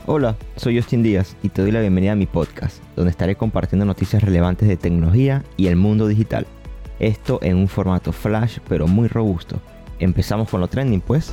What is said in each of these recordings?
Hola, soy Justin Díaz y te doy la bienvenida a mi podcast, donde estaré compartiendo noticias relevantes de tecnología y el mundo digital. Esto en un formato flash, pero muy robusto. Empezamos con lo trending, pues.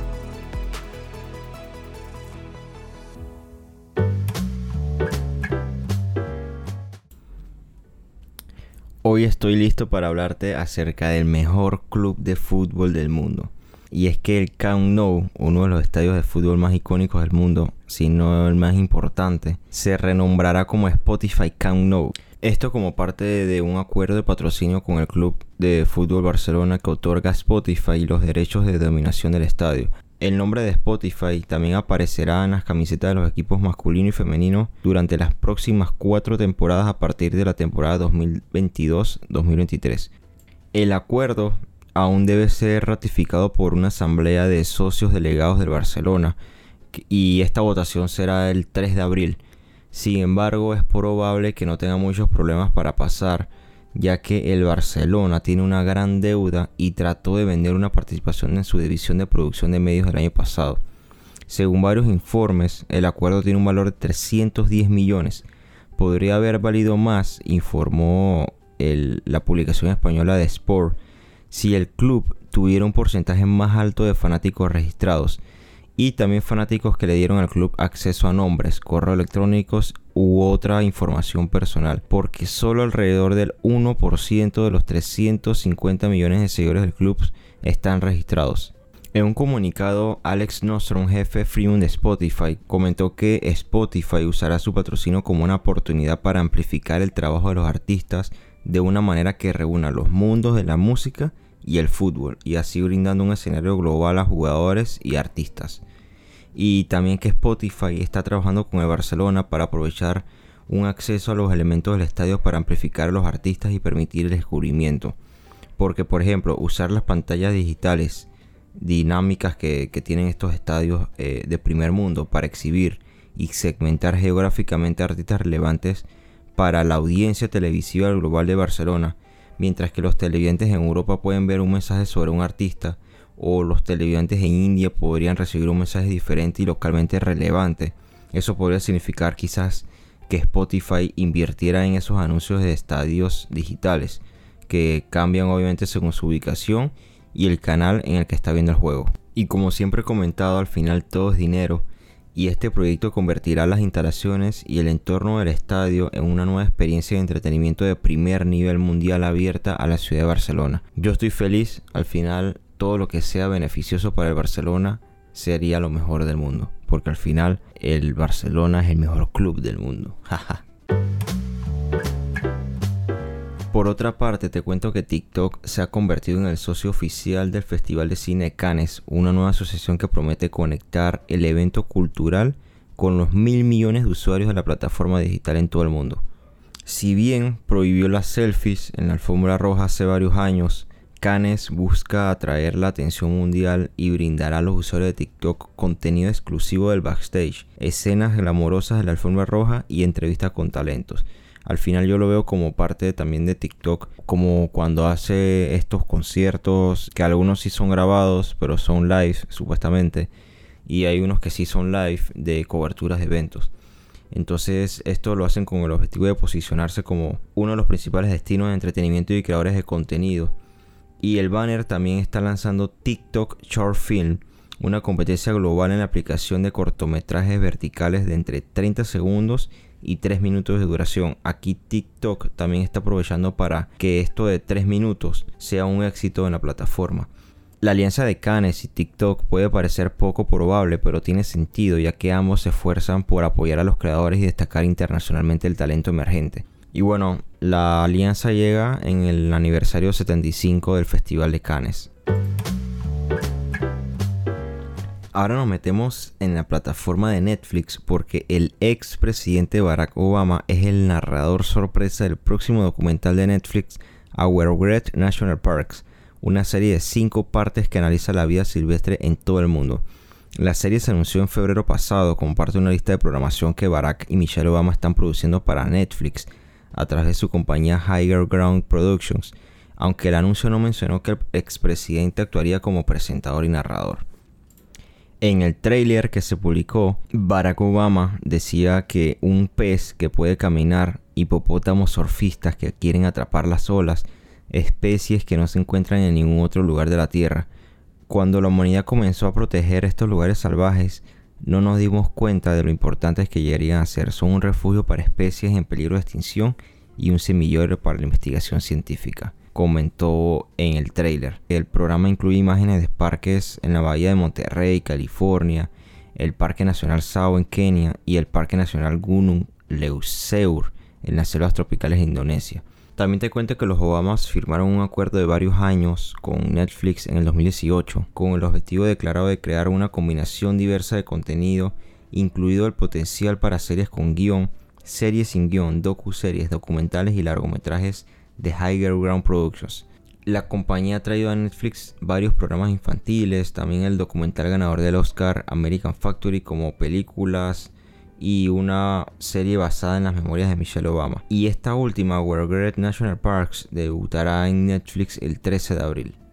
Hoy estoy listo para hablarte acerca del mejor club de fútbol del mundo. Y es que el Camp Nou, uno de los estadios de fútbol más icónicos del mundo, si no el más importante, se renombrará como Spotify Camp Nou. Esto como parte de un acuerdo de patrocinio con el Club de Fútbol Barcelona que otorga Spotify los derechos de dominación del estadio. El nombre de Spotify también aparecerá en las camisetas de los equipos masculino y femenino durante las próximas 4 temporadas a partir de la temporada 2022-2023. El acuerdo aún debe ser ratificado por una asamblea de socios delegados del Barcelona y esta votación será el 3 de abril. Sin embargo, es probable que no tenga muchos problemas para pasar, ya que el Barcelona tiene una gran deuda y trató de vender una participación en su división de producción de medios el año pasado. Según varios informes, el acuerdo tiene un valor de 310 millones. Podría haber valido más, informó la publicación española de Sport, si el club tuviera un porcentaje más alto de fanáticos registrados y también fanáticos que le dieron al club acceso a nombres, correos electrónicos u otra información personal, porque solo alrededor del 1% de los 350 millones de seguidores del club están registrados. En un comunicado, Alex Nostrom, jefe freemium de Spotify, comentó que Spotify usará su patrocinio como una oportunidad para amplificar el trabajo de los artistas de una manera que reúna los mundos de la música y el fútbol, y así brindando un escenario global a jugadores y artistas. Y también que Spotify está trabajando con el Barcelona para aprovechar un acceso a los elementos del estadio para amplificar a los artistas y permitir el descubrimiento. Porque, por ejemplo, usar las pantallas digitales dinámicas que tienen estos estadios de primer mundo para exhibir y segmentar geográficamente artistas relevantes para la audiencia televisiva global de Barcelona, mientras que los televidentes en Europa pueden ver un mensaje sobre un artista, o los televidentes en India podrían recibir un mensaje diferente y localmente relevante. Eso podría significar quizás que Spotify invirtiera en esos anuncios de estadios digitales, que cambian obviamente según su ubicación y el canal en el que está viendo el juego. Y como siempre he comentado, al final todo es dinero, y este proyecto convertirá las instalaciones y el entorno del estadio en una nueva experiencia de entretenimiento de primer nivel mundial abierta a la ciudad de Barcelona. Yo estoy feliz, al final todo lo que sea beneficioso para el Barcelona sería lo mejor del mundo, porque al final el Barcelona es el mejor club del mundo. Por otra parte, te cuento que TikTok se ha convertido en el socio oficial del Festival de Cine de Cannes, una nueva asociación que promete conectar el evento cultural con los 1.000 millones de usuarios de la plataforma digital en todo el mundo. Si bien prohibió las selfies en la alfombra roja hace varios años, Cannes busca atraer la atención mundial y brindará a los usuarios de TikTok contenido exclusivo del backstage, escenas glamorosas de la alfombra roja y entrevistas con talentos. Al final yo lo veo como parte también de TikTok, como cuando hace estos conciertos, que algunos sí son grabados, pero son live supuestamente, y hay unos que sí son live de coberturas de eventos. Entonces esto lo hacen con el objetivo de posicionarse como uno de los principales destinos de entretenimiento y creadores de contenido. Y el banner también está lanzando TikTok Short Film, una competencia global en la aplicación de cortometrajes verticales de entre 30 segundos y 3 minutos de duración. Aquí TikTok también está aprovechando para que esto de 3 minutos sea un éxito en la plataforma. La alianza de Cannes y TikTok puede parecer poco probable, pero tiene sentido, ya que ambos se esfuerzan por apoyar a los creadores y destacar internacionalmente el talento emergente. Y bueno, la alianza llega en el aniversario 75 del Festival de Cannes. Ahora nos metemos en la plataforma de Netflix porque el ex presidente Barack Obama es el narrador sorpresa del próximo documental de Netflix, Our Great National Parks, una serie de 5 partes que analiza la vida silvestre en todo el mundo. La serie se anunció en febrero pasado como parte de una lista de programación que Barack y Michelle Obama están produciendo para Netflix a través de su compañía Higher Ground Productions, aunque el anuncio no mencionó que el expresidente actuaría como presentador y narrador. En el tráiler que se publicó, Barack Obama decía que un pez que puede caminar, hipopótamos surfistas que quieren atrapar las olas, especies que no se encuentran en ningún otro lugar de la Tierra. Cuando la humanidad comenzó a proteger estos lugares salvajes, no nos dimos cuenta de lo importantes que llegarían a ser. Son un refugio para especies en peligro de extinción y un semillero para la investigación científica, comentó en el tráiler. El programa incluye imágenes de parques en la bahía de Monterrey, California, el Parque Nacional Sao en Kenia y el Parque Nacional Gunung Leuser en las selvas tropicales de Indonesia. También te cuento que los Obamas firmaron un acuerdo de varios años con Netflix en el 2018 con el objetivo declarado de crear una combinación diversa de contenido, incluido el potencial para series con guión, series sin guión, docuseries, documentales y largometrajes de Higher Ground Productions. La compañía ha traído a Netflix varios programas infantiles, también el documental ganador del Oscar American Factory como películas y una serie basada en las memorias de Michelle Obama. Y esta última, Where Great National Parks, debutará en Netflix el 13 de abril.